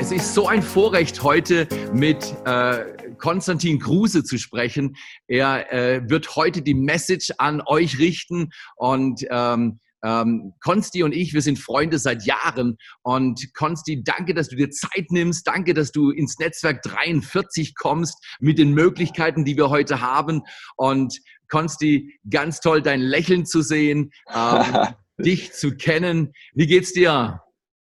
Es ist so ein Vorrecht, heute mit Konstantin Kruse zu sprechen. Er wird heute die Message an euch richten und Konsti und ich, wir sind Freunde seit Jahren und Konsti, danke, dass du dir Zeit nimmst, danke, dass du ins Netzwerk 43 kommst mit den Möglichkeiten, die wir heute haben und Konsti, ganz toll, dein Lächeln zu sehen, dich zu kennen. Wie geht's dir?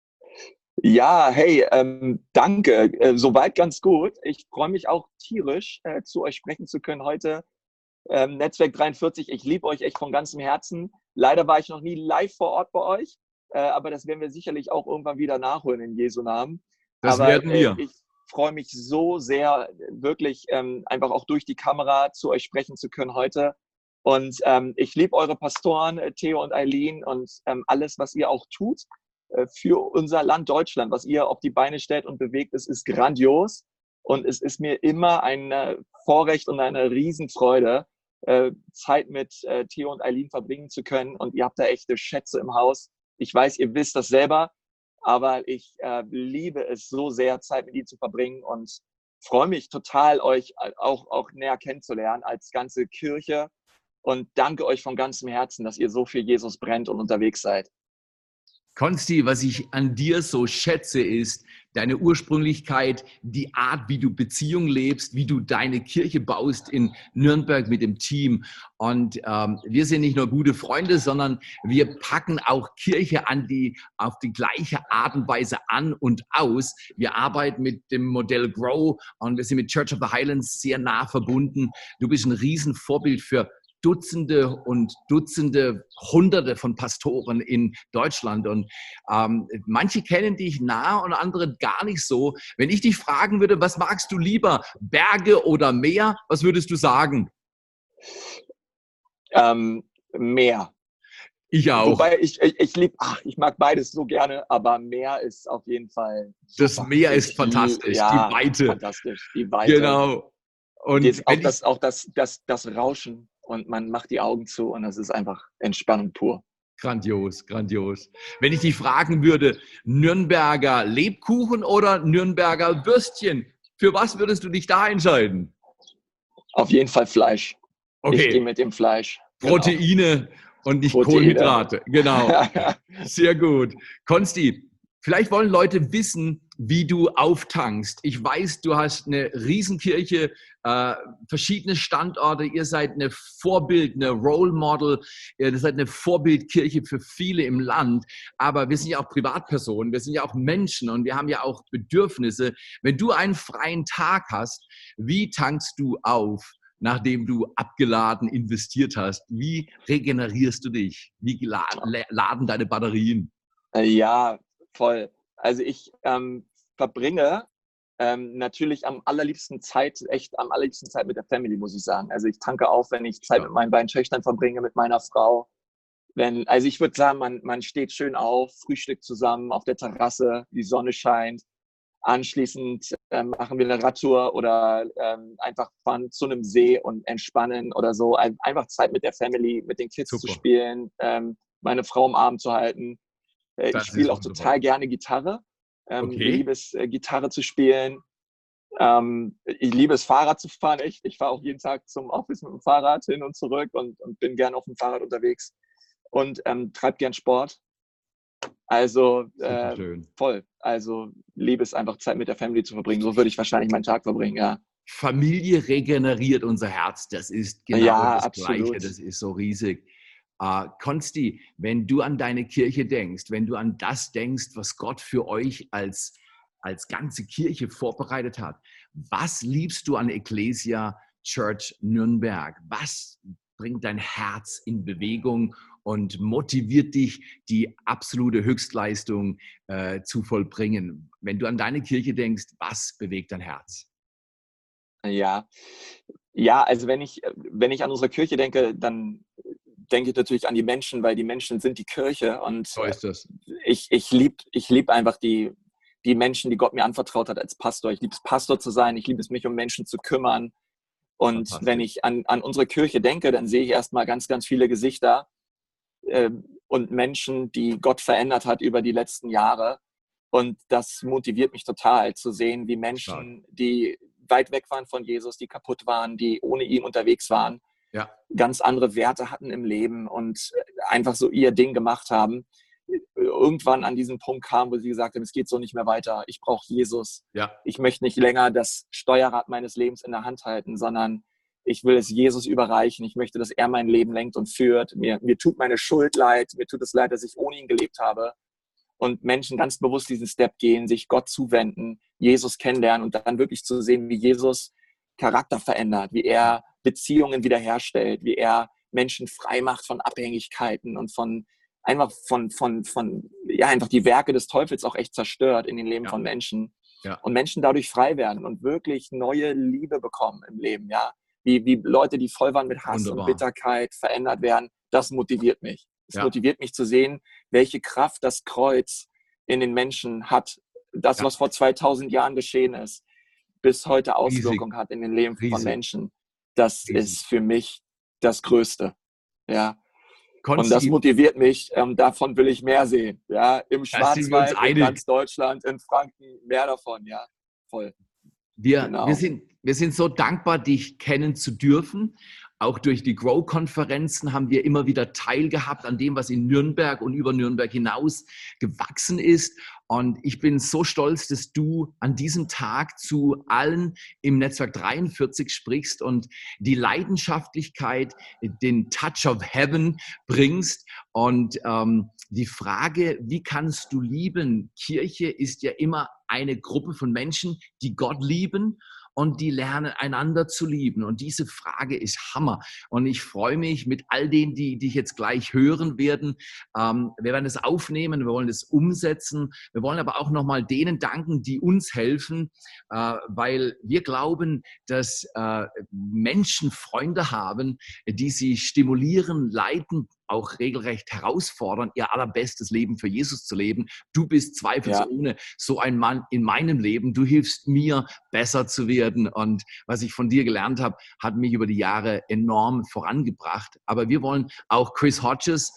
Ja, hey, danke. Soweit ganz gut. Ich freue mich auch tierisch, zu euch sprechen zu können heute. Netzwerk 43, ich liebe euch echt von ganzem Herzen. Leider war ich noch nie live vor Ort bei euch, aber das werden wir sicherlich auch irgendwann wieder nachholen in Jesu Namen. Das werden wir. Ich freue mich so sehr, wirklich einfach auch durch die Kamera zu euch sprechen zu können heute. Und ich liebe eure Pastoren, Theo und Eileen, und alles, was ihr auch tut für unser Land Deutschland, was ihr auf die Beine stellt und bewegt, ist grandios. Und es ist mir immer ein Vorrecht und eine Riesenfreude, Zeit mit Theo und Eileen verbringen zu können. Und ihr habt da echte Schätze im Haus. Ich weiß, ihr wisst das selber, aber ich liebe es so sehr, Zeit mit ihnen zu verbringen und freue mich total, euch auch näher kennenzulernen als ganze Kirche. Und danke euch von ganzem Herzen, dass ihr so für Jesus brennt und unterwegs seid. Konsti, was ich an dir so schätze, ist deine Ursprünglichkeit, die Art, wie du Beziehung lebst, wie du deine Kirche baust in Nürnberg mit dem Team. Und wir sind nicht nur gute Freunde, sondern wir packen auch Kirche auf die gleiche Art und Weise an und aus. Wir arbeiten mit dem Modell Grow und wir sind mit Church of the Highlands sehr nah verbunden. Du bist ein Riesenvorbild für Dutzende und Dutzende, Hunderte von Pastoren in Deutschland. Und manche kennen dich nah und andere gar nicht so. Wenn ich dich fragen würde, was magst du lieber, Berge oder Meer, was würdest du sagen? Meer. Ich auch. Wobei ich mag beides so gerne, aber Meer ist auf jeden Fall super. Das Meer ist fantastisch, ja, die Weite. Fantastisch, die Weite. Genau. Und auch das Rauschen. Und man macht die Augen zu und das ist einfach Entspannung pur. Grandios, grandios. Wenn ich dich fragen würde, Nürnberger Lebkuchen oder Nürnberger Würstchen, für was würdest du dich da entscheiden? Auf jeden Fall Fleisch. Okay. Ich gehe mit dem Fleisch. Proteine und nicht Kohlenhydrate. Genau. Sehr gut. Konsti, vielleicht wollen Leute wissen, wie du auftankst. Ich weiß, du hast eine Riesenkirche, verschiedene Standorte. Ihr seid eine Vorbild, eine Role Model. Ihr seid eine Vorbildkirche für viele im Land. Aber wir sind ja auch Privatpersonen. Wir sind ja auch Menschen und wir haben ja auch Bedürfnisse. Wenn du einen freien Tag hast, wie tankst du auf, nachdem du abgeladen investiert hast? Wie regenerierst du dich? Wie laden deine Batterien? Ja, voll. Also ich verbringe natürlich am allerliebsten Zeit mit der Family, muss ich sagen. Also ich tanke auf, wenn ich Zeit mit meinen beiden Töchtern verbringe, mit meiner Frau. Also ich würde sagen, man steht schön auf, frühstückt zusammen auf der Terrasse, die Sonne scheint. Anschließend machen wir eine Radtour oder einfach fahren zu einem See und entspannen oder so. Einfach Zeit mit der Family, mit den Kids zu spielen, meine Frau im Arm zu halten. Ich spiele auch total gerne Gitarre. Ich liebe es, Gitarre zu spielen. Ich liebe es, Fahrrad zu fahren. Echt. Ich fahre auch jeden Tag zum Office mit dem Fahrrad hin und zurück und bin gerne auf dem Fahrrad unterwegs und treibe gern Sport. Also voll. Also liebe es einfach, Zeit mit der Family zu verbringen. So würde ich wahrscheinlich meinen Tag verbringen, ja. Familie regeneriert unser Herz. Das ist genau das Gleiche. Das ist so riesig. Konsti, wenn du an deine Kirche denkst, wenn du an das denkst, was Gott für euch als ganze Kirche vorbereitet hat, was liebst du an Ecclesia Church Nürnberg? Was bringt dein Herz in Bewegung und motiviert dich, die absolute Höchstleistung zu vollbringen? Wenn du an deine Kirche denkst, was bewegt dein Herz? Ja, also wenn ich an unsere Kirche denke, dann denke ich natürlich an die Menschen, weil die Menschen sind die Kirche. Und so ist das. Ich lieb einfach die Menschen, die Gott mir anvertraut hat als Pastor. Ich liebe es, Pastor zu sein. Ich liebe es, mich um Menschen zu kümmern. Und wenn ich an unsere Kirche denke, dann sehe ich erstmal ganz, ganz viele Gesichter und Menschen, die Gott verändert hat über die letzten Jahre. Und das motiviert mich total, zu sehen, wie Menschen, die weit weg waren von Jesus, die kaputt waren, die ohne ihn unterwegs waren, ganz andere Werte hatten im Leben und einfach so ihr Ding gemacht haben, irgendwann an diesen Punkt kamen, wo sie gesagt haben, es geht so nicht mehr weiter, ich brauche Jesus. Ich möchte nicht länger das Steuerrad meines Lebens in der Hand halten, sondern ich will es Jesus überreichen. Ich möchte, dass er mein Leben lenkt und führt. Mir tut meine Schuld leid, mir tut es leid, dass ich ohne ihn gelebt habe. Und Menschen ganz bewusst diesen Step gehen, sich Gott zuwenden, Jesus kennenlernen und dann wirklich zu sehen, wie Jesus Charakter verändert, wie er Beziehungen wiederherstellt, wie er Menschen frei macht von Abhängigkeiten und einfach die Werke des Teufels auch echt zerstört in den Leben von Menschen. Und Menschen dadurch frei werden und wirklich neue Liebe bekommen im Leben, wie Leute, die voll waren mit Hass und Bitterkeit, verändert werden. Das motiviert mich. Es motiviert mich zu sehen, welche Kraft das Kreuz in den Menschen hat. Das, was vor 2000 Jahren geschehen ist, bis heute Auswirkungen hat in den Leben von Menschen. Das ist für mich das Größte. Ja. Und das motiviert mich. Davon will ich mehr sehen. Ja. Im Schwarzwald, in ganz Deutschland, in Franken, mehr davon. Ja, voll. Wir sind so dankbar, dich kennen zu dürfen. Auch durch die Grow-Konferenzen haben wir immer wieder teilgehabt an dem, was in Nürnberg und über Nürnberg hinaus gewachsen ist. Und ich bin so stolz, dass du an diesem Tag zu allen im Netzwerk 43 sprichst und die Leidenschaftlichkeit, den Touch of Heaven bringst. Und die Frage, wie kannst du lieben? Kirche ist ja immer eine Gruppe von Menschen, die Gott lieben und die lernen, einander zu lieben. Und diese Frage ist Hammer. Und ich freue mich mit all denen, die dich jetzt gleich hören werden. Wir werden es aufnehmen, wir wollen es umsetzen. Wir wollen aber auch nochmal denen danken, die uns helfen, weil wir glauben, dass Menschen Freunde haben, die sie stimulieren, leiten, auch regelrecht herausfordern, ihr allerbestes Leben für Jesus zu leben. Du bist zweifelsohne so ein Mann in meinem Leben. Du hilfst mir, besser zu werden. Und was ich von dir gelernt habe, hat mich über die Jahre enorm vorangebracht. Aber wir wollen auch Chris Hodges,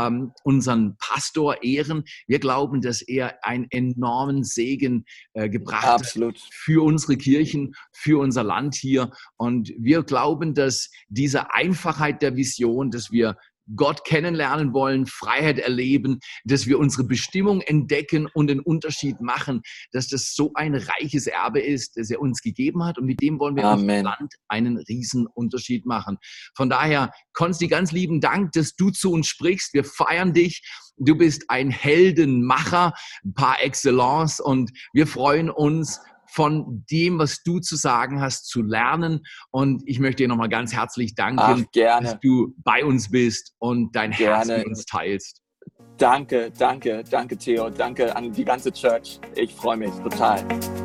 unseren Pastor, ehren. Wir glauben, dass er einen enormen Segen gebracht hat für unsere Kirchen, für unser Land hier. Und wir glauben, dass diese Einfachheit der Vision, dass wir Gott kennenlernen wollen, Freiheit erleben, dass wir unsere Bestimmung entdecken und den Unterschied machen, dass das so ein reiches Erbe ist, das er uns gegeben hat und mit dem wollen wir im Land einen riesen Unterschied machen. Von daher, Konsti, ganz lieben Dank, dass du zu uns sprichst. Wir feiern dich. Du bist ein Heldenmacher par excellence und wir freuen uns, von dem, was du zu sagen hast, zu lernen. Und ich möchte dir nochmal ganz herzlich danken, dass du bei uns bist und dein Herz mit uns teilst. Danke, Theo. Danke an die ganze Church. Ich freue mich total.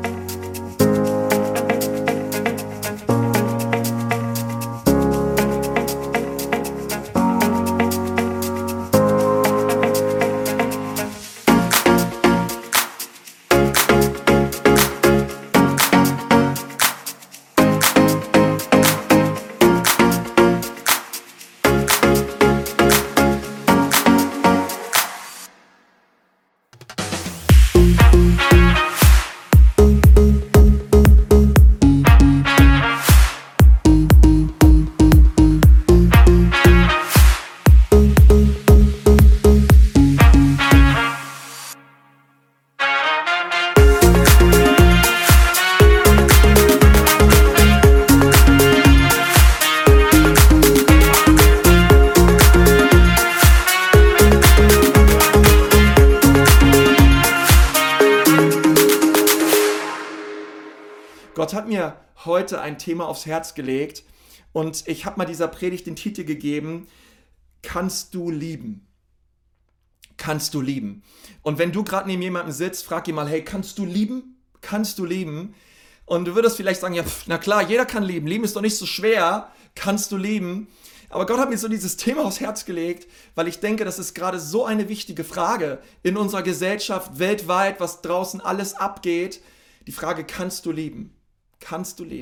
Gott hat mir heute ein Thema aufs Herz gelegt und ich habe mal dieser Predigt den Titel gegeben, kannst du lieben? Kannst du lieben? Und wenn du gerade neben jemandem sitzt, frag ihn mal, hey, kannst du lieben? Kannst du lieben? Und du würdest vielleicht sagen, ja, na klar, jeder kann lieben. Lieben ist doch nicht so schwer. Kannst du lieben? Aber Gott hat mir so dieses Thema aufs Herz gelegt, weil ich denke, das ist gerade so eine wichtige Frage in unserer Gesellschaft, weltweit, was draußen alles abgeht. Die Frage, kannst du lieben? Kannst du lieben?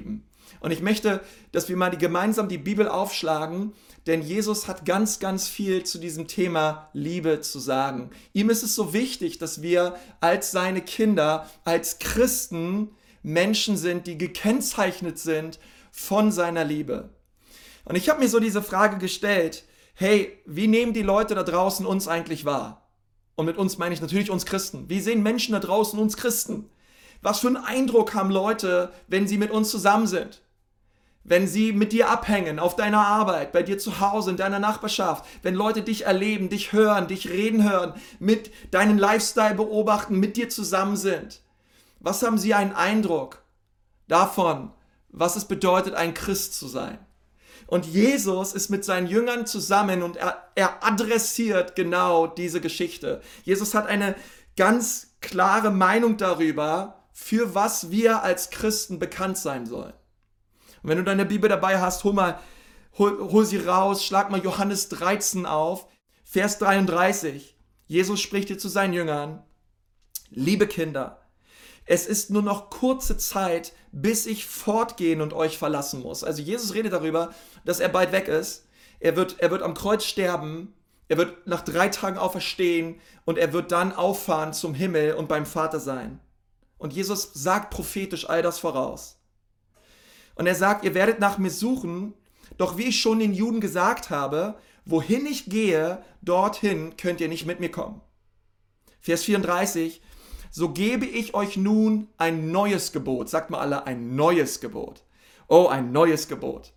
Und ich möchte, dass wir mal gemeinsam die Bibel aufschlagen, denn Jesus hat ganz, ganz viel zu diesem Thema Liebe zu sagen. Ihm ist es so wichtig, dass wir als seine Kinder, als Christen Menschen sind, die gekennzeichnet sind von seiner Liebe. Und ich habe mir so diese Frage gestellt, hey, wie nehmen die Leute da draußen uns eigentlich wahr? Und mit uns meine ich natürlich uns Christen. Wie sehen Menschen da draußen uns Christen? Was für einen Eindruck haben Leute, wenn sie mit uns zusammen sind? Wenn sie mit dir abhängen, auf deiner Arbeit, bei dir zu Hause, in deiner Nachbarschaft, wenn Leute dich erleben, dich hören, dich reden hören, mit deinen Lifestyle beobachten, mit dir zusammen sind. Was haben sie einen Eindruck davon, was es bedeutet, ein Christ zu sein? Und Jesus ist mit seinen Jüngern zusammen und er adressiert genau diese Geschichte. Jesus hat eine ganz klare Meinung darüber, für was wir als Christen bekannt sein sollen. Und wenn du deine Bibel dabei hast, hol sie raus, schlag mal Johannes 13 auf, Vers 33. Jesus spricht hier zu seinen Jüngern: Liebe Kinder, es ist nur noch kurze Zeit, bis ich fortgehen und euch verlassen muss. Also Jesus redet darüber, dass er bald weg ist. Er wird am Kreuz sterben, er wird nach 3 Tagen auferstehen und er wird dann auffahren zum Himmel und beim Vater sein. Und Jesus sagt prophetisch all das voraus. Und er sagt, ihr werdet nach mir suchen, doch wie ich schon den Juden gesagt habe, wohin ich gehe, dorthin könnt ihr nicht mit mir kommen. Vers 34, so gebe ich euch nun ein neues Gebot. Sagt mal alle, ein neues Gebot. Oh, ein neues Gebot.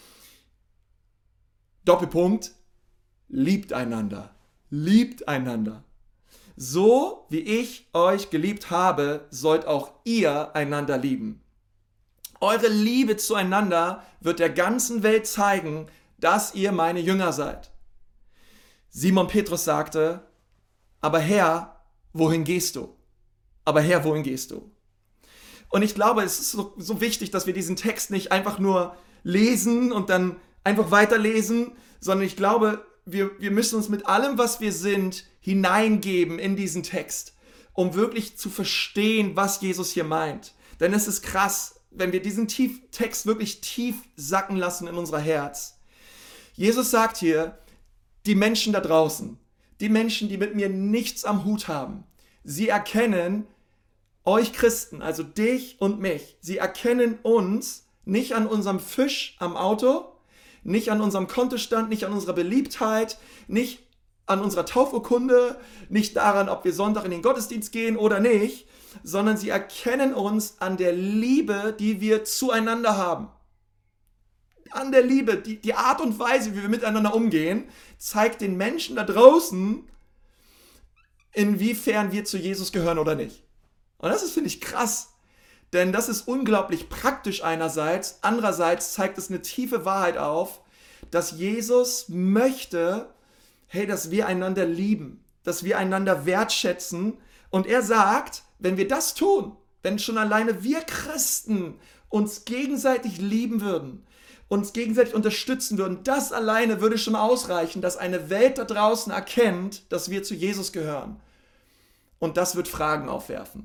Doppelpunkt, liebt einander. Liebt einander. So wie ich euch geliebt habe, sollt auch ihr einander lieben. Eure Liebe zueinander wird der ganzen Welt zeigen, dass ihr meine Jünger seid. Simon Petrus sagte, aber Herr, wohin gehst du? Aber Herr, wohin gehst du? Und ich glaube, es ist so wichtig, dass wir diesen Text nicht einfach nur lesen und dann einfach weiterlesen, sondern ich glaube, wir müssen uns mit allem, was wir sind, hineingeben in diesen Text, um wirklich zu verstehen, was Jesus hier meint. Denn es ist krass, wenn wir diesen Text wirklich tief sacken lassen in unser Herz. Jesus sagt hier, die Menschen da draußen, die Menschen, die mit mir nichts am Hut haben, sie erkennen euch Christen, also dich und mich, sie erkennen uns nicht an unserem Fisch am Auto, nicht an unserem Kontostand, nicht an unserer Beliebtheit, nicht an unserer Taufurkunde, nicht daran, ob wir Sonntag in den Gottesdienst gehen oder nicht, sondern sie erkennen uns an der Liebe, die wir zueinander haben. An der Liebe, die Art und Weise, wie wir miteinander umgehen, zeigt den Menschen da draußen, inwiefern wir zu Jesus gehören oder nicht. Und das ist, finde ich, krass, denn das ist unglaublich praktisch einerseits, andererseits zeigt es eine tiefe Wahrheit auf, dass Jesus möchte, hey, dass wir einander lieben, dass wir einander wertschätzen. Und er sagt, wenn wir das tun, wenn schon alleine wir Christen uns gegenseitig lieben würden, uns gegenseitig unterstützen würden, das alleine würde schon ausreichen, dass eine Welt da draußen erkennt, dass wir zu Jesus gehören. Und das wird Fragen aufwerfen.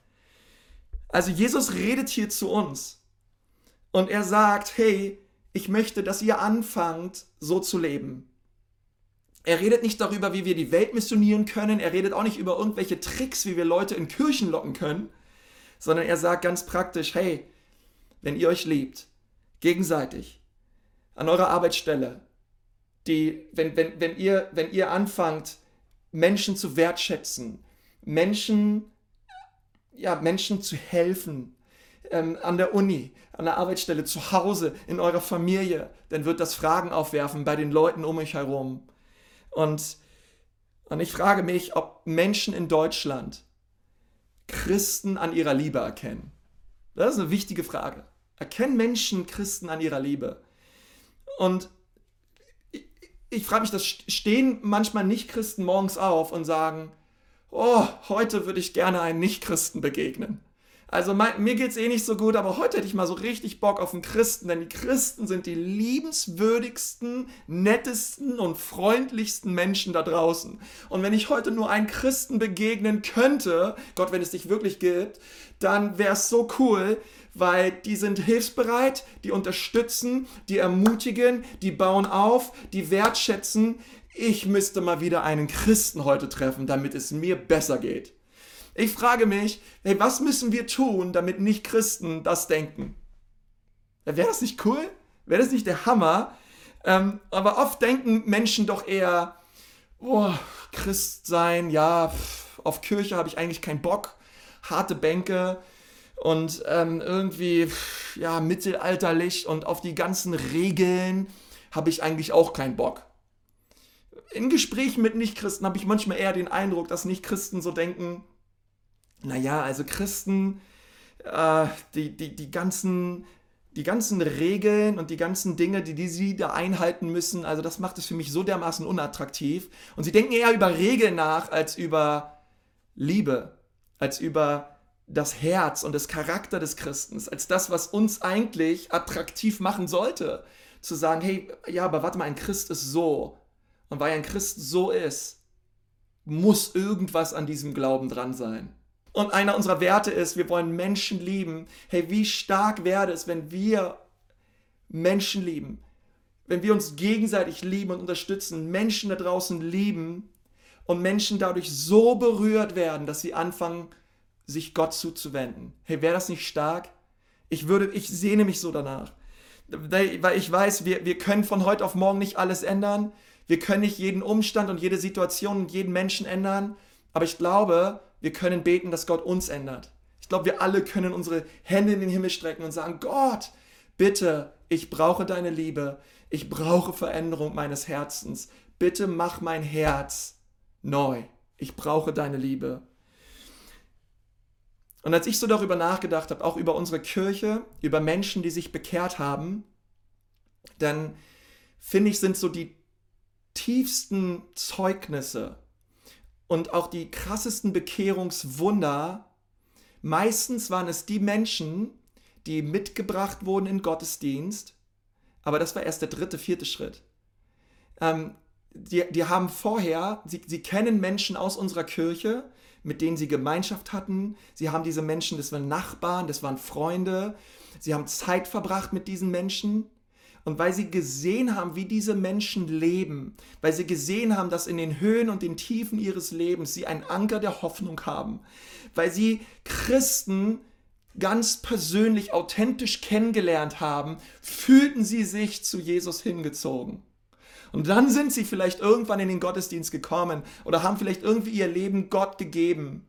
Also Jesus redet hier zu uns und er sagt, hey, ich möchte, dass ihr anfangt, so zu leben. Er redet nicht darüber, wie wir die Welt missionieren können. Er redet auch nicht über irgendwelche Tricks, wie wir Leute in Kirchen locken können, sondern er sagt ganz praktisch, hey, wenn ihr euch liebt, gegenseitig, an eurer Arbeitsstelle, wenn ihr anfangt, Menschen zu wertschätzen, Menschen zu helfen, an der Uni, an der Arbeitsstelle, zu Hause, in eurer Familie, dann wird das Fragen aufwerfen bei den Leuten um euch herum. Und ich frage mich, ob Menschen in Deutschland Christen an ihrer Liebe erkennen. Das ist eine wichtige Frage. Erkennen Menschen Christen an ihrer Liebe? Und ich frage mich, das stehen manchmal Nicht-Christen morgens auf und sagen, oh, heute würde ich gerne einem Nicht-Christen begegnen. Also mir geht es eh nicht so gut, aber heute hätte ich mal so richtig Bock auf einen Christen, denn die Christen sind die liebenswürdigsten, nettesten und freundlichsten Menschen da draußen. Und wenn ich heute nur einen Christen begegnen könnte, Gott, wenn es dich wirklich gibt, dann wäre es so cool, weil die sind hilfsbereit, die unterstützen, die ermutigen, die bauen auf, die wertschätzen. Ich müsste mal wieder einen Christen heute treffen, damit es mir besser geht. Ich frage mich, hey, was müssen wir tun, damit Nicht-Christen das denken? Wäre das nicht cool? Wäre das nicht der Hammer? Aber oft denken Menschen doch eher, oh, Christ sein, ja, auf Kirche habe ich eigentlich keinen Bock, harte Bänke und irgendwie, ja, mittelalterlich und auf die ganzen Regeln habe ich eigentlich auch keinen Bock. In Gesprächen mit Nicht-Christen habe ich manchmal eher den Eindruck, dass Nicht-Christen so denken, naja, also Christen, die ganzen Regeln und die ganzen Dinge, die sie da einhalten müssen, also das macht es für mich so dermaßen unattraktiv. Und sie denken eher über Regeln nach, als über Liebe, als über das Herz und das Charakter des Christens, als das, was uns eigentlich attraktiv machen sollte. Zu sagen, hey, ja, aber warte mal, ein Christ ist so. Und weil ein Christ so ist, muss irgendwas an diesem Glauben dran sein. Und einer unserer Werte ist, wir wollen Menschen lieben. Hey, wie stark wäre es, wenn wir Menschen lieben, wenn wir uns gegenseitig lieben und unterstützen, Menschen da draußen lieben und Menschen dadurch so berührt werden, dass sie anfangen, sich Gott zuzuwenden. Hey, wäre das nicht stark? Ich sehne mich so danach. Weil ich weiß, wir können von heute auf morgen nicht alles ändern. Wir können nicht jeden Umstand und jede Situation und jeden Menschen ändern. Aber ich glaube, wir können beten, dass Gott uns ändert. Ich glaube, wir alle können unsere Hände in den Himmel strecken und sagen, Gott, bitte, ich brauche deine Liebe. Ich brauche Veränderung meines Herzens. Bitte mach mein Herz neu. Ich brauche deine Liebe. Und als ich so darüber nachgedacht habe, auch über unsere Kirche, über Menschen, die sich bekehrt haben, dann finde ich, sind so die tiefsten Zeugnisse und auch die krassesten Bekehrungswunder, meistens waren es die Menschen, die mitgebracht wurden in Gottesdienst, aber das war erst der 3., 4. Schritt. Die haben vorher, sie kennen Menschen aus unserer Kirche, mit denen sie Gemeinschaft hatten. Sie haben diese Menschen, das waren Nachbarn, das waren Freunde. Sie haben Zeit verbracht mit diesen Menschen. Und weil sie gesehen haben, wie diese Menschen leben, weil sie gesehen haben, dass in den Höhen und den Tiefen ihres Lebens sie einen Anker der Hoffnung haben, weil sie Christen ganz persönlich, authentisch kennengelernt haben, fühlten sie sich zu Jesus hingezogen. Und dann sind sie vielleicht irgendwann in den Gottesdienst gekommen oder haben vielleicht irgendwie ihr Leben Gott gegeben.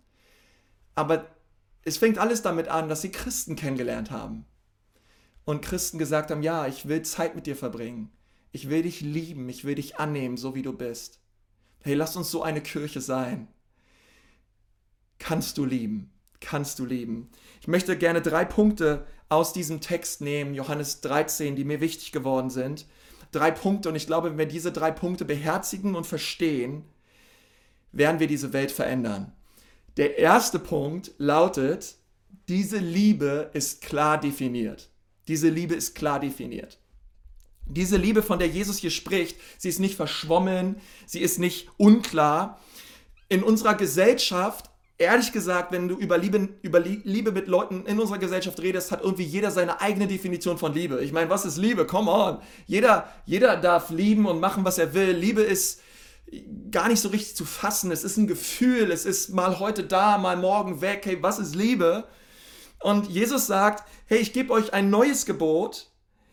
Aber es fängt alles damit an, dass sie Christen kennengelernt haben. Und Christen gesagt haben, ja, ich will Zeit mit dir verbringen. Ich will dich lieben, ich will dich annehmen, so wie du bist. Hey, lass uns so eine Kirche sein. Kannst du lieben? Kannst du lieben? Ich möchte gerne 3 Punkte aus diesem Text nehmen, Johannes 13, die mir wichtig geworden sind. 3 Punkte, und ich glaube, wenn wir diese 3 Punkte beherzigen und verstehen, werden wir diese Welt verändern. Der erste Punkt lautet, diese Liebe ist klar definiert. Diese Liebe ist klar definiert. Diese Liebe, von der Jesus hier spricht, sie ist nicht verschwommen, sie ist nicht unklar. In unserer Gesellschaft, ehrlich gesagt, wenn du über Liebe mit Leuten in unserer Gesellschaft redest, hat irgendwie jeder seine eigene Definition von Liebe. Ich meine, was ist Liebe? Come on. Jeder darf lieben und machen, was er will. Liebe ist gar nicht so richtig zu fassen. Es ist ein Gefühl, es ist mal heute da, mal morgen weg. Hey, was ist Liebe? Und Jesus sagt, hey, ich gebe euch ein neues Gebot.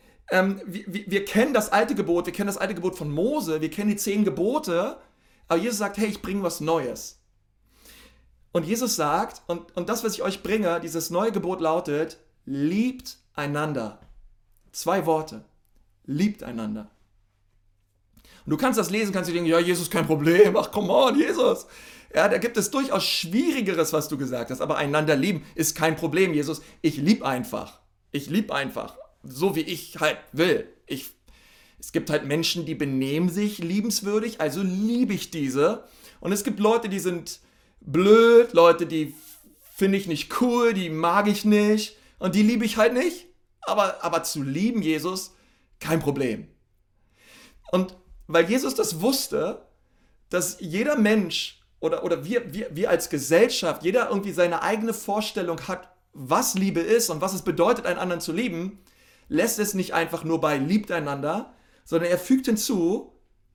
Wir kennen das alte Gebot, wir kennen das alte Gebot von Mose, wir kennen die 10 Gebote, aber Jesus sagt, hey, ich bringe was Neues. Und Jesus sagt, und das, was ich euch bringe, dieses neue Gebot lautet, liebt einander. 2 Worte. Liebt einander. Und du kannst das lesen, kannst dir denken, ja, Jesus, kein Problem, ach, come on, Jesus. Ja, da gibt es durchaus Schwierigeres, was du gesagt hast, aber einander lieben ist kein Problem, Jesus. Ich liebe einfach. Ich liebe einfach. So wie ich halt will. Es gibt halt Menschen, die benehmen sich liebenswürdig, also liebe ich diese. Und es gibt Leute, die sind blöd, Leute, die finde ich nicht cool, die mag ich nicht und die liebe ich halt nicht. Aber zu lieben, Jesus, kein Problem. Und weil Jesus das wusste, dass jeder Mensch oder wir als Gesellschaft, jeder irgendwie seine eigene Vorstellung hat, was Liebe ist und was es bedeutet, einen anderen zu lieben, lässt es nicht einfach nur bei liebt einander, sondern er fügt hinzu,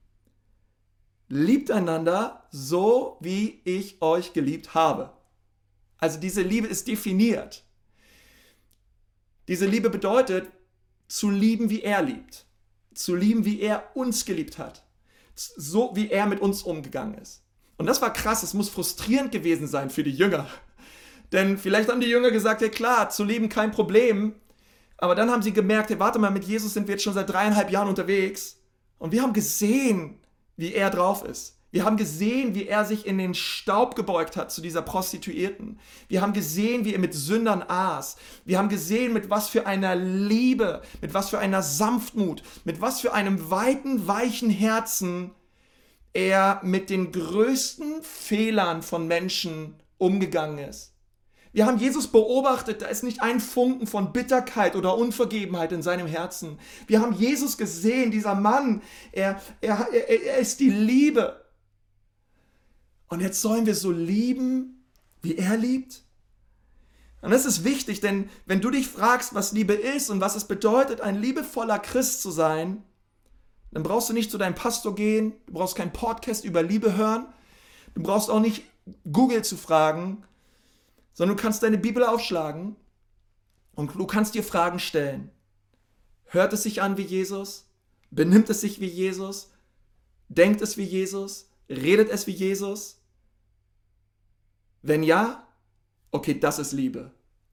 liebt einander so, wie ich euch geliebt habe. Also diese Liebe ist definiert. Diese Liebe bedeutet, zu lieben, wie er liebt. Zu lieben, wie er uns geliebt hat. So, wie er mit uns umgegangen ist. Und das war krass, es muss frustrierend gewesen sein für die Jünger. Denn vielleicht haben die Jünger gesagt, ja klar, zu lieben kein Problem. Aber dann haben sie gemerkt, hey, warte mal, mit Jesus sind wir jetzt schon seit 3,5 Jahren unterwegs. Und wir haben gesehen, wie er drauf ist. Wir haben gesehen, wie er sich in den Staub gebeugt hat zu dieser Prostituierten. Wir haben gesehen, wie er mit Sündern aß. Wir haben gesehen, mit was für einer Liebe, mit was für einer Sanftmut, mit was für einem weiten, weichen Herzen er mit den größten Fehlern von Menschen umgegangen ist. Wir haben Jesus beobachtet, da ist nicht ein Funken von Bitterkeit oder Unvergebenheit in seinem Herzen. Wir haben Jesus gesehen, dieser Mann, er ist die Liebe. Und jetzt sollen wir so lieben, wie er liebt? Und das ist wichtig, denn wenn du dich fragst, was Liebe ist und was es bedeutet, ein liebevoller Christ zu sein, dann brauchst du nicht zu deinem Pastor gehen, du brauchst keinen Podcast über Liebe hören, du brauchst auch nicht Google zu fragen, sondern du kannst deine Bibel aufschlagen und du kannst dir Fragen stellen. Hört es sich an wie Jesus? Benimmt es sich wie Jesus? Denkt es wie Jesus? Redet es wie Jesus? Wenn ja, okay, das ist Liebe.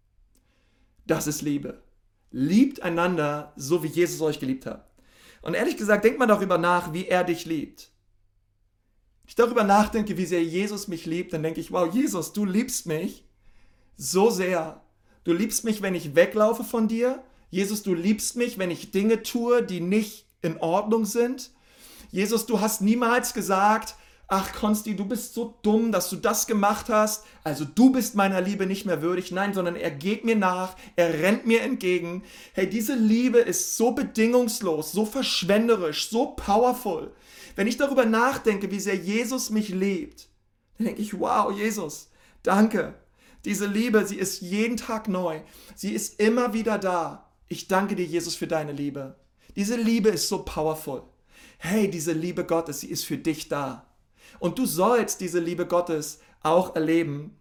Das ist Liebe. Liebt einander, so wie Jesus euch geliebt hat. Und ehrlich gesagt, denkt mal darüber nach, wie er dich liebt. Wenn ich darüber nachdenke, wie sehr Jesus mich liebt, dann denke ich, wow, Jesus, du liebst mich so sehr. Du liebst mich, wenn ich weglaufe von dir. Jesus, du liebst mich, wenn ich Dinge tue, die nicht in Ordnung sind. Jesus, du hast niemals gesagt, ach Konsti, du bist so dumm, dass du das gemacht hast. Also du bist meiner Liebe nicht mehr würdig. Nein, sondern er geht mir nach, er rennt mir entgegen. Hey, diese Liebe ist so bedingungslos, so verschwenderisch, so powerful. Wenn ich darüber nachdenke, wie sehr Jesus mich liebt, dann denke ich, wow, Jesus, danke. Diese Liebe, sie ist jeden Tag neu. Sie ist immer wieder da. Ich danke dir, Jesus, für deine Liebe. Diese Liebe ist so powerful. Hey, diese Liebe Gottes, sie ist für dich da. Und du sollst diese Liebe Gottes auch erleben.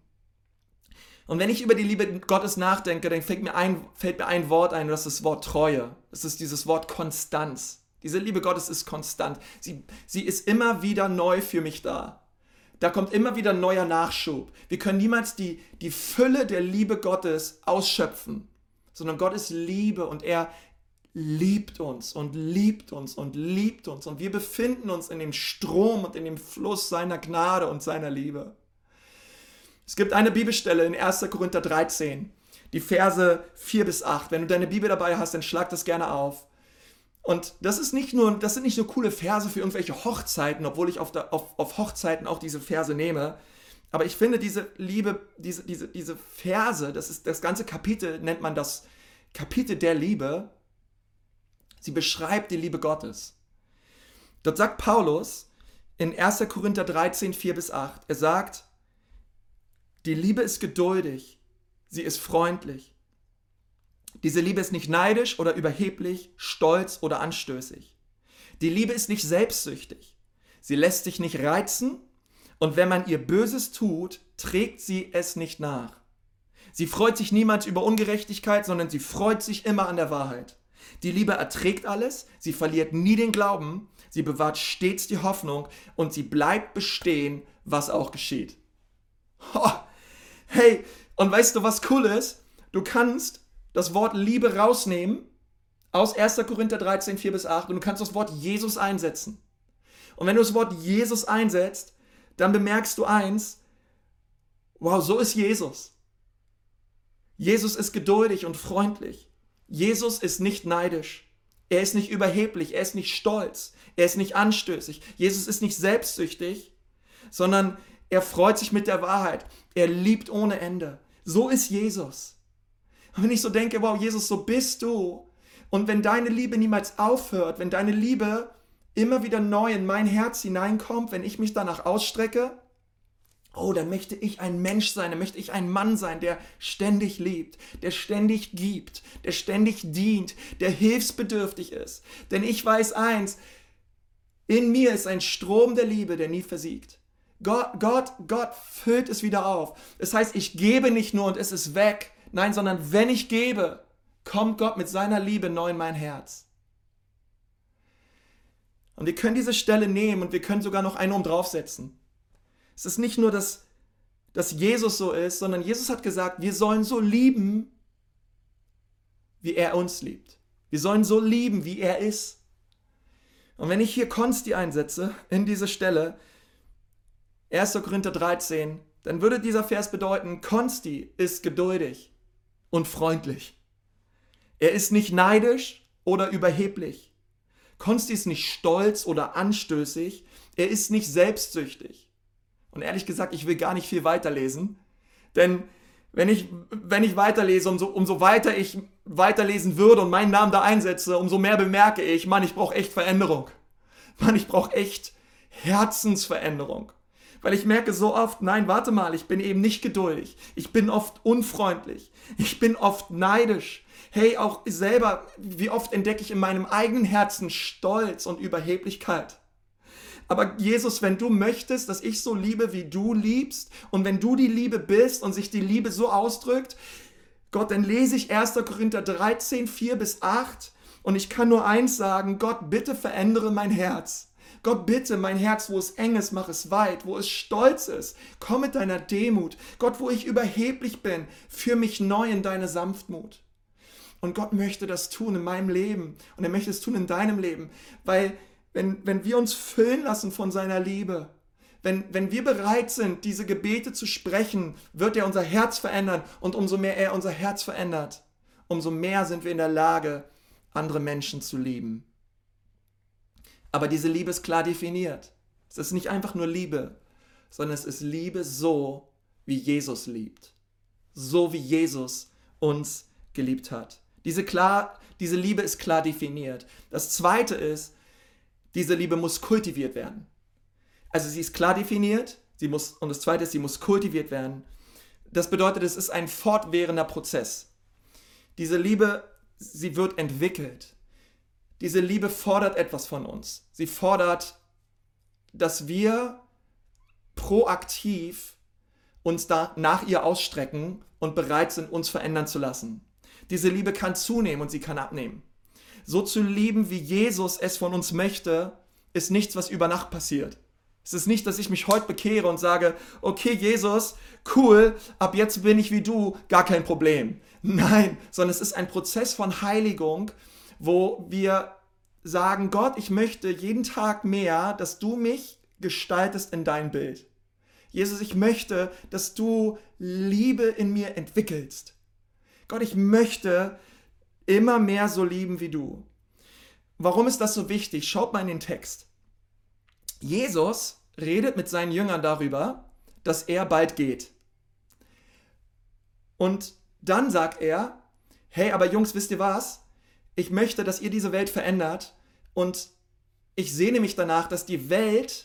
Und wenn ich über die Liebe Gottes nachdenke, dann fällt mir ein Wort ein, und das ist das Wort Treue. Das ist dieses Wort Konstanz. Diese Liebe Gottes ist konstant. Sie ist immer wieder neu für mich da. Da kommt immer wieder ein neuer Nachschub. Wir können niemals die Fülle der Liebe Gottes ausschöpfen, sondern Gott ist Liebe und er liebt uns und liebt uns und liebt uns. Und wir befinden uns in dem Strom und in dem Fluss seiner Gnade und seiner Liebe. Es gibt eine Bibelstelle in 1. Korinther 13, die Verse 4-8. Wenn du deine Bibel dabei hast, dann schlag das gerne auf. Und das sind nicht nur coole Verse für irgendwelche Hochzeiten, obwohl ich auf Hochzeiten auch diese Verse nehme. Aber ich finde diese Liebe, diese Verse, das ganze Kapitel nennt man das Kapitel der Liebe. Sie beschreibt die Liebe Gottes. Dort sagt Paulus in 1. Korinther 13, 4-8, er sagt, die Liebe ist geduldig, sie ist freundlich. Diese Liebe ist nicht neidisch oder überheblich, stolz oder anstößig. Die Liebe ist nicht selbstsüchtig. Sie lässt sich nicht reizen und wenn man ihr Böses tut, trägt sie es nicht nach. Sie freut sich niemals über Ungerechtigkeit, sondern sie freut sich immer an der Wahrheit. Die Liebe erträgt alles, sie verliert nie den Glauben, sie bewahrt stets die Hoffnung und sie bleibt bestehen, was auch geschieht. Oh, hey, und weißt du, was cool ist? Du kannst das Wort Liebe rausnehmen aus 1. Korinther 13, 4-8 und du kannst das Wort Jesus einsetzen. Und wenn du das Wort Jesus einsetzt, dann bemerkst du eins, wow, so ist Jesus. Jesus ist geduldig und freundlich. Jesus ist nicht neidisch. Er ist nicht überheblich, er ist nicht stolz, er ist nicht anstößig. Jesus ist nicht selbstsüchtig, sondern er freut sich mit der Wahrheit. Er liebt ohne Ende. So ist Jesus. Und wenn ich so denke, wow, Jesus, so bist du. Und wenn deine Liebe niemals aufhört, wenn deine Liebe immer wieder neu in mein Herz hineinkommt, wenn ich mich danach ausstrecke, oh, dann möchte ich ein Mensch sein, dann möchte ich ein Mann sein, der ständig liebt, der ständig gibt, der ständig dient, der hilfsbedürftig ist. Denn ich weiß eins, in mir ist ein Strom der Liebe, der nie versiegt. Gott füllt es wieder auf. Das heißt, ich gebe nicht nur und es ist weg. Nein, sondern wenn ich gebe, kommt Gott mit seiner Liebe neu in mein Herz. Und wir können diese Stelle nehmen und wir können sogar noch eine draufsetzen. Es ist nicht nur, dass Jesus so ist, sondern Jesus hat gesagt, wir sollen so lieben, wie er uns liebt. Wir sollen so lieben, wie er ist. Und wenn ich hier Konsti einsetze, in diese Stelle, 1. Korinther 13, dann würde dieser Vers bedeuten, Konsti ist geduldig und freundlich. Er ist nicht neidisch oder überheblich. Konsti ist nicht stolz oder anstößig. Er ist nicht selbstsüchtig. Und ehrlich gesagt, ich will gar nicht viel weiterlesen, denn wenn ich weiterlese, umso weiter ich weiterlesen würde und meinen Namen da einsetze, umso mehr bemerke ich, Mann, ich brauche echt Veränderung. Mann, ich brauche echt Herzensveränderung. Weil ich merke so oft, nein, warte mal, ich bin eben nicht geduldig. Ich bin oft unfreundlich. Ich bin oft neidisch. Hey, auch selber, wie oft entdecke ich in meinem eigenen Herzen Stolz und Überheblichkeit. Aber Jesus, wenn du möchtest, dass ich so liebe, wie du liebst, und wenn du die Liebe bist und sich die Liebe so ausdrückt, Gott, dann lese ich 1. Korinther 13, 4-8 und ich kann nur eins sagen, Gott, bitte verändere mein Herz. Gott, bitte, mein Herz, wo es eng ist, mach es weit, wo es stolz ist, komm mit deiner Demut. Gott, wo ich überheblich bin, führ mich neu in deine Sanftmut. Und Gott möchte das tun in meinem Leben und er möchte es tun in deinem Leben, weil wenn wir uns füllen lassen von seiner Liebe, wenn wir bereit sind, diese Gebete zu sprechen, wird er unser Herz verändern und umso mehr er unser Herz verändert, umso mehr sind wir in der Lage, andere Menschen zu lieben. Aber diese Liebe ist klar definiert. Es ist nicht einfach nur Liebe, sondern es ist Liebe so, wie Jesus liebt. So wie Jesus uns geliebt hat. Diese Liebe ist klar definiert. Das Zweite ist, diese Liebe muss kultiviert werden. Also sie ist klar definiert, und das Zweite ist, sie muss kultiviert werden. Das bedeutet, es ist ein fortwährender Prozess. Diese Liebe, sie wird entwickelt. Diese Liebe fordert etwas von uns. Sie fordert, dass wir proaktiv uns da nach ihr ausstrecken und bereit sind, uns verändern zu lassen. Diese Liebe kann zunehmen und sie kann abnehmen. So zu lieben, wie Jesus es von uns möchte, ist nichts, was über Nacht passiert. Es ist nicht, dass ich mich heute bekehre und sage, okay, Jesus, cool, ab jetzt bin ich wie du, gar kein Problem. Nein, sondern es ist ein Prozess von Heiligung, wo wir sagen, Gott, ich möchte jeden Tag mehr, dass du mich gestaltest in dein Bild. Jesus, ich möchte, dass du Liebe in mir entwickelst. Gott, ich möchte immer mehr so lieben wie du. Warum ist das so wichtig? Schaut mal in den Text. Jesus redet mit seinen Jüngern darüber, dass er bald geht. Und dann sagt er, hey, aber Jungs, wisst ihr was? Ich möchte, dass ihr diese Welt verändert und ich sehne mich danach, dass die Welt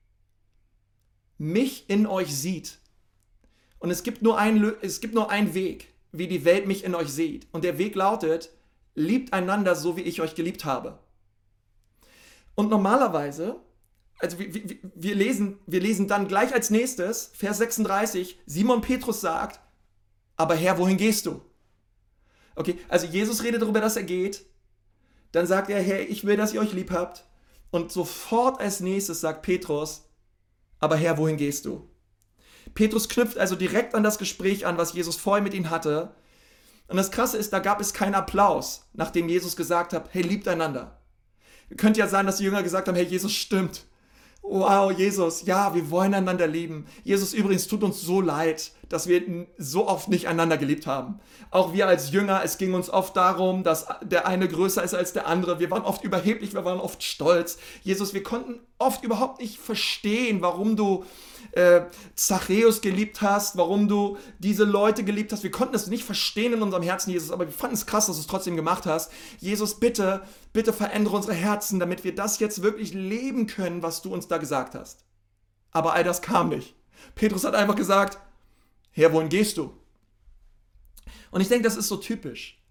mich in euch sieht. Und es gibt nur einen Weg, wie die Welt mich in euch sieht. Und der Weg lautet, liebt einander so, wie ich euch geliebt habe. Und normalerweise, also wir lesen dann gleich als nächstes, Vers 36, Simon Petrus sagt, aber Herr, wohin gehst du? Okay, also Jesus redet darüber, dass er geht. Dann sagt er, Herr, ich will, dass ihr euch lieb habt. Und sofort als nächstes sagt Petrus, aber Herr, wohin gehst du? Petrus knüpft also direkt an das Gespräch an, was Jesus vorher mit ihm hatte. Und das Krasse ist, da gab es keinen Applaus, nachdem Jesus gesagt hat, hey, liebt einander. Könnte ja sein, dass die Jünger gesagt haben, hey, Jesus, stimmt. Wow, Jesus, ja, wir wollen einander lieben. Jesus, übrigens, tut uns so leid, dass wir so oft nicht einander geliebt haben. Auch wir als Jünger, es ging uns oft darum, dass der eine größer ist als der andere. Wir waren oft überheblich, wir waren oft stolz. Jesus, wir konnten oft überhaupt nicht verstehen, warum du Zachäus geliebt hast, warum du diese Leute geliebt hast. Wir konnten es nicht verstehen in unserem Herzen, Jesus, aber wir fanden es krass, dass du es trotzdem gemacht hast. Jesus, bitte, bitte verändere unsere Herzen, damit wir das jetzt wirklich leben können, was du uns da gesagt hast. Aber all das kam nicht. Petrus hat einfach gesagt, Herr, wohin gehst du? Und ich denke, das ist so typisch.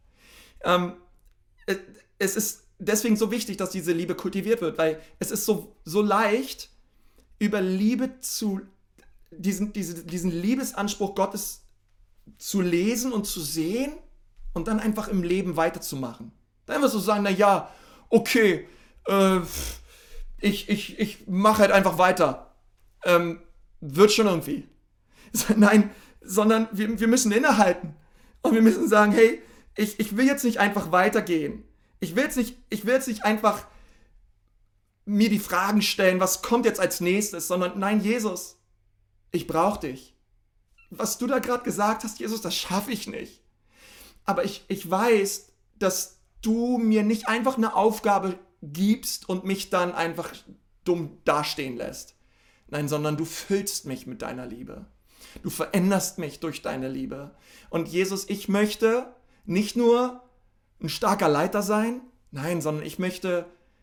Es ist deswegen so wichtig, dass diese Liebe kultiviert wird, weil es ist so leicht, über Liebe diesen Liebesanspruch Gottes zu lesen und zu sehen und dann einfach im Leben weiterzumachen. Dann einfach so sagen, naja, okay, ich mache halt einfach weiter. Wird schon irgendwie. Nein, sondern wir müssen innehalten. Und wir müssen sagen, hey, ich will jetzt nicht einfach weitergehen. Ich will jetzt nicht einfach mir die Fragen stellen, was kommt jetzt als nächstes, sondern nein, Jesus, ich brauche dich. Was du da gerade gesagt hast, Jesus, das schaffe ich nicht. Aber ich weiß, dass du mir nicht einfach eine Aufgabe gibst und mich dann einfach dumm dastehen lässt. Nein, sondern du füllst mich mit deiner Liebe. Du veränderst mich durch deine Liebe. Und Jesus, ich möchte nicht nur ein starker Leiter sein, nein, sondern ich möchte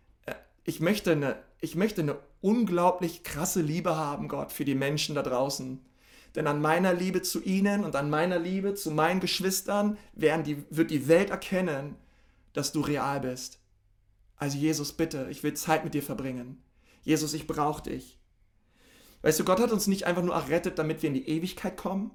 eine unglaublich krasse Liebe haben, Gott, für die Menschen da draußen. Denn an meiner Liebe zu ihnen und an meiner Liebe zu meinen Geschwistern wird die Welt erkennen, dass du real bist. Also Jesus, bitte, ich will Zeit mit dir verbringen. Jesus, ich brauche dich. Weißt du, Gott hat uns nicht einfach nur errettet, damit wir in die Ewigkeit kommen,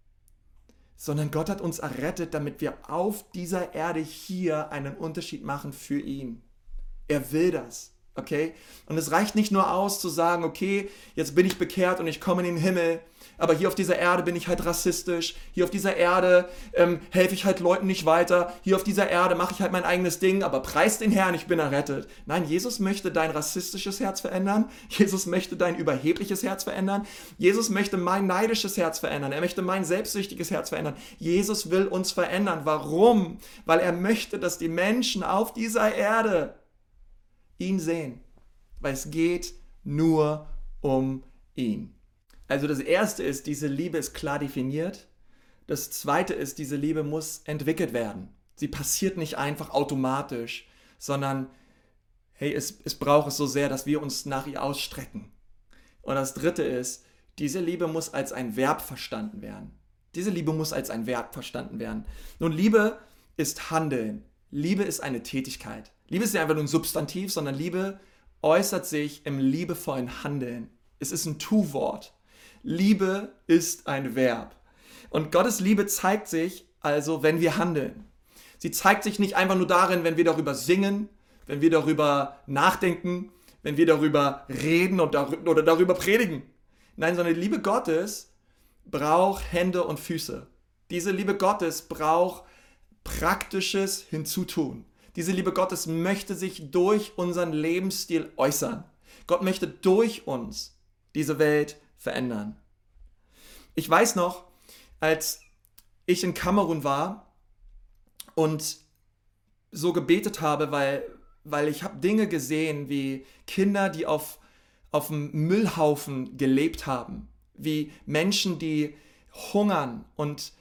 sondern Gott hat uns errettet, damit wir auf dieser Erde hier einen Unterschied machen für ihn. Er will das. Okay? Und es reicht nicht nur aus zu sagen, okay, jetzt bin ich bekehrt und ich komme in den Himmel, aber hier auf dieser Erde bin ich halt rassistisch, hier auf dieser Erde helfe ich halt Leuten nicht weiter, hier auf dieser Erde mache ich halt mein eigenes Ding, aber preis den Herrn, ich bin errettet. Nein, Jesus möchte dein rassistisches Herz verändern, Jesus möchte dein überhebliches Herz verändern, Jesus möchte mein neidisches Herz verändern, er möchte mein selbstsüchtiges Herz verändern. Jesus will uns verändern. Warum? Weil er möchte, dass die Menschen auf dieser Erde ihn sehen, weil es geht nur um ihn. Also das Erste ist, diese Liebe ist klar definiert. Das Zweite ist, diese Liebe muss entwickelt werden. Sie passiert nicht einfach automatisch, sondern hey, es braucht es so sehr, dass wir uns nach ihr ausstrecken. Und das Dritte ist, diese Liebe muss als ein Verb verstanden werden. Diese Liebe muss als ein Verb verstanden werden. Nun, Liebe ist Handeln. Liebe ist eine Tätigkeit. Liebe ist nicht einfach nur ein Substantiv, sondern Liebe äußert sich im liebevollen Handeln. Es ist ein Tu-Wort. Liebe ist ein Verb. Und Gottes Liebe zeigt sich also, wenn wir handeln. Sie zeigt sich nicht einfach nur darin, wenn wir darüber singen, wenn wir darüber nachdenken, wenn wir darüber reden oder darüber predigen. Nein, sondern die Liebe Gottes braucht Hände und Füße. Diese Liebe Gottes braucht praktisches Hinzutun. Diese Liebe Gottes möchte sich durch unseren Lebensstil äußern. Gott möchte durch uns diese Welt verändern. Ich weiß noch, als ich in Kamerun war und so gebetet habe, weil ich habe Dinge gesehen, wie Kinder, die auf dem Müllhaufen gelebt haben, wie Menschen, die hungern und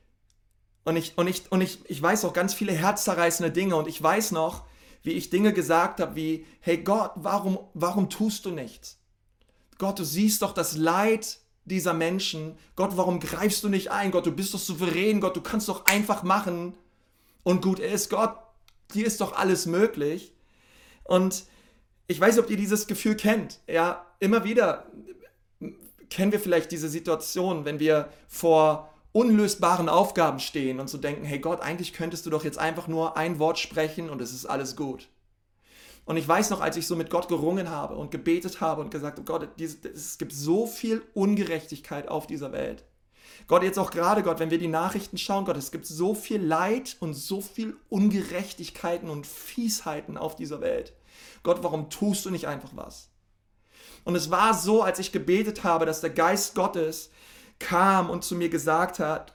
ich weiß auch ganz viele herzzerreißende Dinge und ich weiß noch, wie ich Dinge gesagt habe wie, hey Gott, warum tust du nichts? Gott, du siehst doch das Leid dieser Menschen. Gott, warum greifst du nicht ein? Gott, du bist doch souverän. Gott, du kannst doch einfach machen und gut ist. Gott, dir ist doch alles möglich. Und ich weiß nicht, ob ihr dieses Gefühl kennt. Ja, immer wieder kennen wir vielleicht diese Situation, wenn wir vor unlösbaren Aufgaben stehen und so denken, hey Gott, eigentlich könntest du doch jetzt einfach nur ein Wort sprechen und es ist alles gut. Und ich weiß noch, als ich so mit Gott gerungen habe und gebetet habe und gesagt, oh Gott, es gibt so viel Ungerechtigkeit auf dieser Welt. Gott, jetzt auch gerade, Gott, wenn wir die Nachrichten schauen, Gott, es gibt so viel Leid und so viel Ungerechtigkeiten und Fiesheiten auf dieser Welt. Gott, warum tust du nicht einfach was? Und es war so, als ich gebetet habe, dass der Geist Gottes kam und zu mir gesagt hat,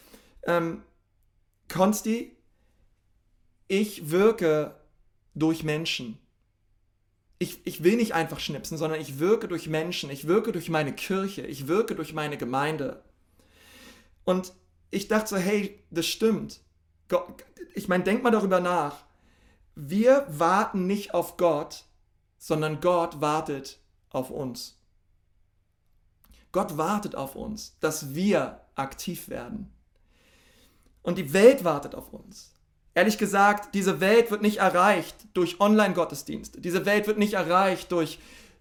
Konsti, ich wirke durch Menschen. Ich will nicht einfach schnipsen, sondern ich wirke durch Menschen, ich wirke durch meine Kirche, ich wirke durch meine Gemeinde. Und ich dachte so, hey, das stimmt. Ich meine, denk mal darüber nach. Wir warten nicht auf Gott, sondern Gott wartet auf uns. Gott wartet auf uns, dass wir aktiv werden. Und die Welt wartet auf uns. Ehrlich gesagt, diese Welt wird nicht erreicht durch Online-Gottesdienste. Diese Welt wird nicht erreicht durch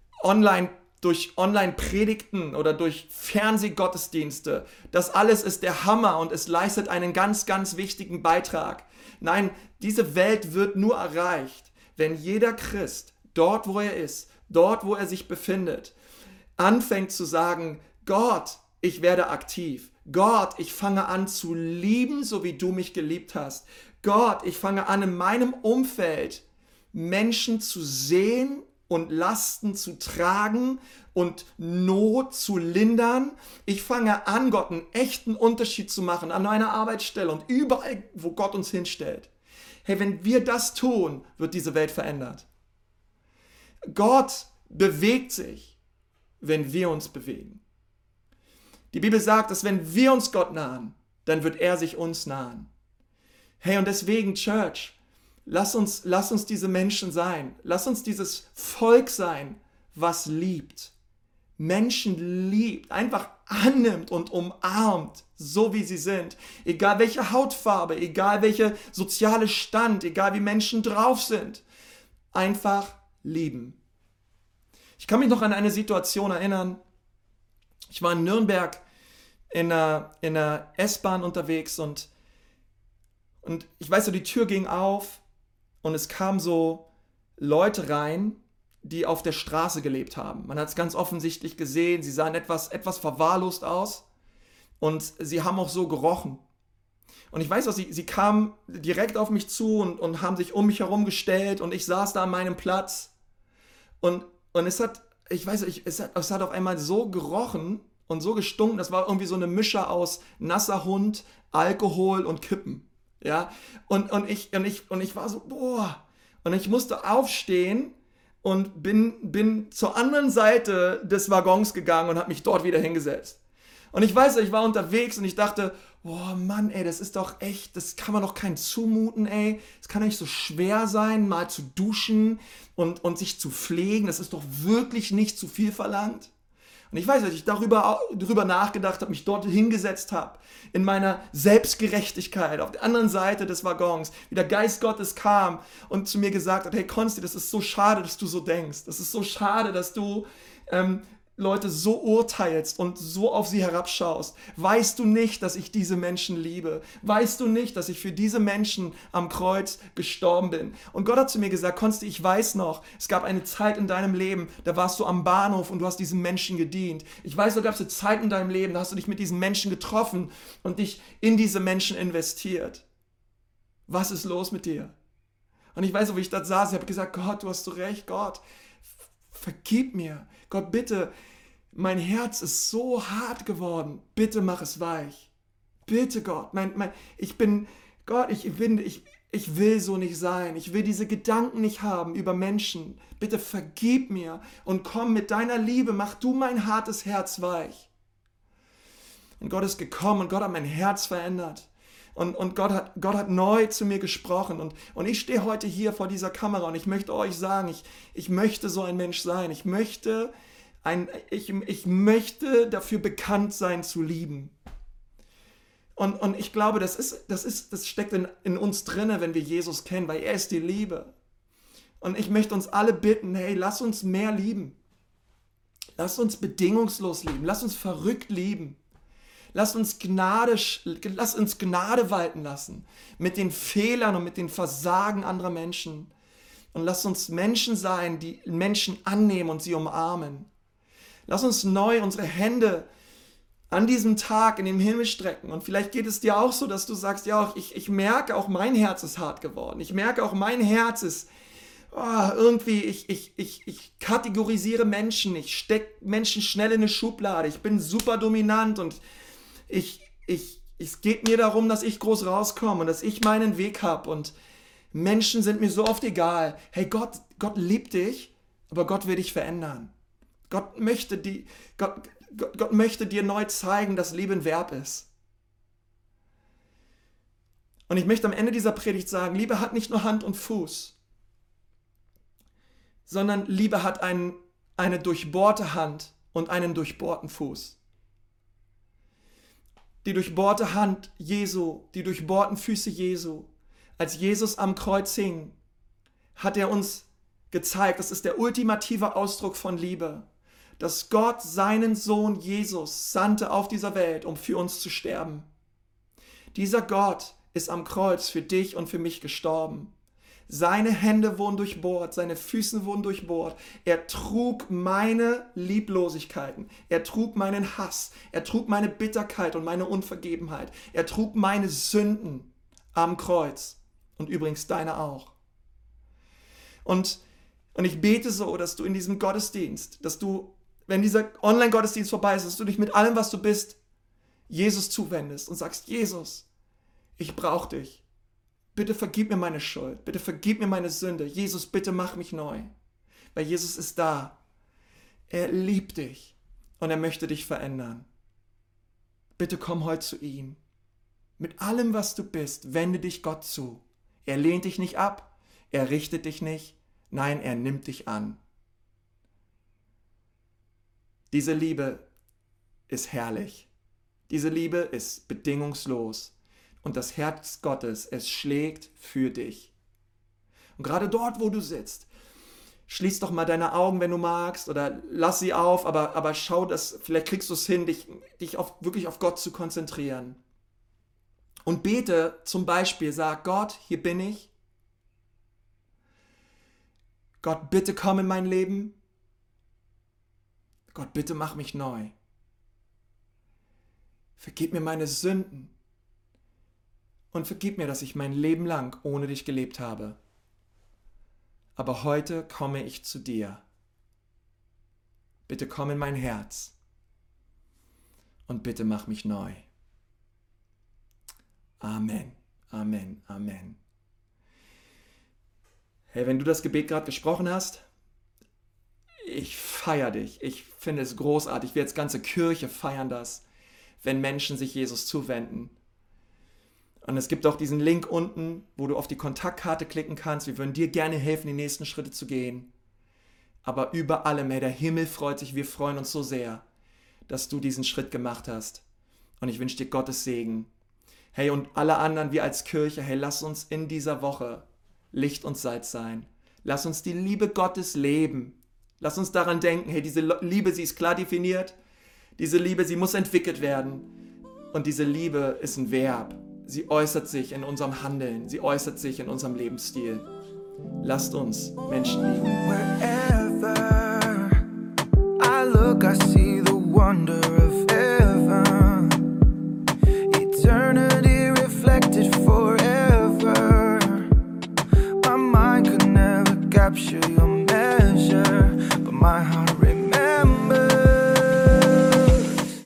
Online-Predigten oder durch Fernsehgottesdienste. Das alles ist der Hammer und es leistet einen ganz, ganz wichtigen Beitrag. Nein, diese Welt wird nur erreicht, wenn jeder Christ dort, wo er ist, dort, wo er sich befindet, anfängt zu sagen, Gott, ich werde aktiv. Gott, ich fange an zu lieben, so wie du mich geliebt hast. Gott, ich fange an, in meinem Umfeld Menschen zu sehen und Lasten zu tragen und Not zu lindern. Ich fange an, Gott einen echten Unterschied zu machen an meiner Arbeitsstelle und überall, wo Gott uns hinstellt. Hey, wenn wir das tun, wird diese Welt verändert. Gott bewegt sich, wenn wir uns bewegen. Die Bibel sagt, dass wenn wir uns Gott nahen, dann wird er sich uns nahen. Hey, und deswegen, Church, lass uns diese Menschen sein. Lass uns dieses Volk sein, was liebt. Menschen liebt, einfach annimmt und umarmt, so wie sie sind. Egal welche Hautfarbe, egal welcher soziale Stand, egal wie Menschen drauf sind. Einfach lieben. Ich kann mich noch an eine Situation erinnern. Ich war in Nürnberg in einer S-Bahn unterwegs und ich weiß so, die Tür ging auf und es kamen so Leute rein, die auf der Straße gelebt haben. Man hat es ganz offensichtlich gesehen, sie sahen etwas verwahrlost aus und sie haben auch so gerochen. Und ich weiß auch, sie kamen direkt auf mich zu und haben sich um mich herum gestellt und ich saß da an meinem Platz und es hat auf einmal so gerochen und so gestunken, das war irgendwie so eine Mische aus nasser Hund, Alkohol und Kippen. Ja, und ich war so, boah, und ich musste aufstehen und bin zur anderen Seite des Waggons gegangen und habe mich dort wieder hingesetzt. Und ich weiß, ich war unterwegs und ich dachte, boah, Mann, ey, das ist doch echt, das kann man doch keinem zumuten, ey. Es kann doch nicht so schwer sein, mal zu duschen und sich zu pflegen. Das ist doch wirklich nicht zu viel verlangt. Und ich weiß, dass ich darüber nachgedacht habe, mich dort hingesetzt habe, in meiner Selbstgerechtigkeit, auf der anderen Seite des Waggons, wie der Geist Gottes kam und zu mir gesagt hat, hey Konsti, das ist so schade, dass du so denkst. Das ist so schade, dass du Leute so urteilst und so auf sie herabschaust. Weißt du nicht, dass ich diese Menschen liebe? Weißt du nicht, dass ich für diese Menschen am Kreuz gestorben bin? Und Gott hat zu mir gesagt, Konsti, ich weiß noch, es gab eine Zeit in deinem Leben, da warst du am Bahnhof und du hast diesen Menschen gedient. Ich weiß, da gab es eine Zeit in deinem Leben, da hast du dich mit diesen Menschen getroffen und dich in diese Menschen investiert. Was ist los mit dir? Und ich weiß, wie ich da saß, ich habe gesagt, Gott, du hast so recht, Gott, vergib mir. Gott, bitte, mein Herz ist so hart geworden. Bitte mach es weich. Bitte, Gott. Ich will so nicht sein. Ich will diese Gedanken nicht haben über Menschen. Bitte vergib mir und komm mit deiner Liebe. Mach du mein hartes Herz weich. Und Gott ist gekommen und Gott hat mein Herz verändert. Und Gott hat neu zu mir gesprochen. Und ich stehe heute hier vor dieser Kamera und ich möchte euch sagen, ich möchte so ein Mensch sein. Ich möchte dafür bekannt sein, zu lieben. Und ich glaube, das steckt in uns drinne, wenn wir Jesus kennen, weil er ist die Liebe. Und ich möchte uns alle bitten, hey, lass uns mehr lieben. Lass uns bedingungslos lieben. Lass uns verrückt lieben. Lass uns Gnade walten lassen mit den Fehlern und mit den Versagen anderer Menschen. Und lass uns Menschen sein, die Menschen annehmen und sie umarmen. Lass uns neu unsere Hände an diesem Tag in den Himmel strecken. Und vielleicht geht es dir auch so, dass du sagst, ja, ich merke auch, mein Herz ist hart geworden. Ich merke auch, mein Herz ist, irgendwie, ich kategorisiere Menschen, ich stecke Menschen schnell in eine Schublade, ich bin super dominant und es geht mir darum, dass ich groß rauskomme und dass ich meinen Weg habe und Menschen sind mir so oft egal. Hey, Gott liebt dich, aber Gott will dich verändern. Gott möchte dir neu zeigen, dass Liebe ein Verb ist. Und ich möchte am Ende dieser Predigt sagen, Liebe hat nicht nur Hand und Fuß, sondern Liebe hat eine durchbohrte Hand und einen durchbohrten Fuß. Die durchbohrte Hand Jesu, die durchbohrten Füße Jesu. Als Jesus am Kreuz hing, hat er uns gezeigt, das ist der ultimative Ausdruck von Liebe, dass Gott seinen Sohn Jesus sandte auf dieser Welt, um für uns zu sterben. Dieser Gott ist am Kreuz für dich und für mich gestorben. Seine Hände wurden durchbohrt, seine Füße wurden durchbohrt. Er trug meine Lieblosigkeiten, er trug meinen Hass, er trug meine Bitterkeit und meine Unvergebenheit. Er trug meine Sünden am Kreuz und übrigens deine auch. Und ich bete so, dass du in diesem Gottesdienst, dass du, wenn dieser Online-Gottesdienst vorbei ist, dass du dich mit allem, was du bist, Jesus zuwendest und sagst, Jesus, ich brauche dich. Bitte vergib mir meine Schuld. Bitte vergib mir meine Sünde. Jesus, bitte mach mich neu. Weil Jesus ist da. Er liebt dich und er möchte dich verändern. Bitte komm heute zu ihm. Mit allem, was du bist, wende dich Gott zu. Er lehnt dich nicht ab. Er richtet dich nicht. Nein, er nimmt dich an. Diese Liebe ist herrlich. Diese Liebe ist bedingungslos. Und das Herz Gottes, es schlägt für dich. Und gerade dort, wo du sitzt, schließ doch mal deine Augen, wenn du magst, oder lass sie auf, aber schau, vielleicht kriegst du es hin, dich wirklich auf Gott zu konzentrieren. Und bete zum Beispiel, sag, Gott, hier bin ich. Gott, bitte komm in mein Leben. Gott, bitte mach mich neu. Vergib mir meine Sünden. Und vergib mir, dass ich mein Leben lang ohne dich gelebt habe. Aber heute komme ich zu dir. Bitte komm in mein Herz. Und bitte mach mich neu. Amen, Amen, Amen. Hey, wenn du das Gebet gerade gesprochen hast, ich feiere dich. Ich finde es großartig. Wir als ganze Kirche feiern das, wenn Menschen sich Jesus zuwenden. Und es gibt auch diesen Link unten, wo du auf die Kontaktkarte klicken kannst. Wir würden dir gerne helfen, die nächsten Schritte zu gehen. Aber über allem, der Himmel freut sich, wir freuen uns so sehr, dass du diesen Schritt gemacht hast. Und ich wünsche dir Gottes Segen. Hey, und alle anderen, wir als Kirche, hey, lass uns in dieser Woche Licht und Salz sein. Lass uns die Liebe Gottes leben. Lass uns daran denken, hey, diese Liebe, sie ist klar definiert. Diese Liebe, sie muss entwickelt werden. Und diese Liebe ist ein Verb. Sie äußert sich in unserem Handeln. Sie äußert sich in unserem Lebensstil. Lasst uns Menschen lieben. Wherever I look, I see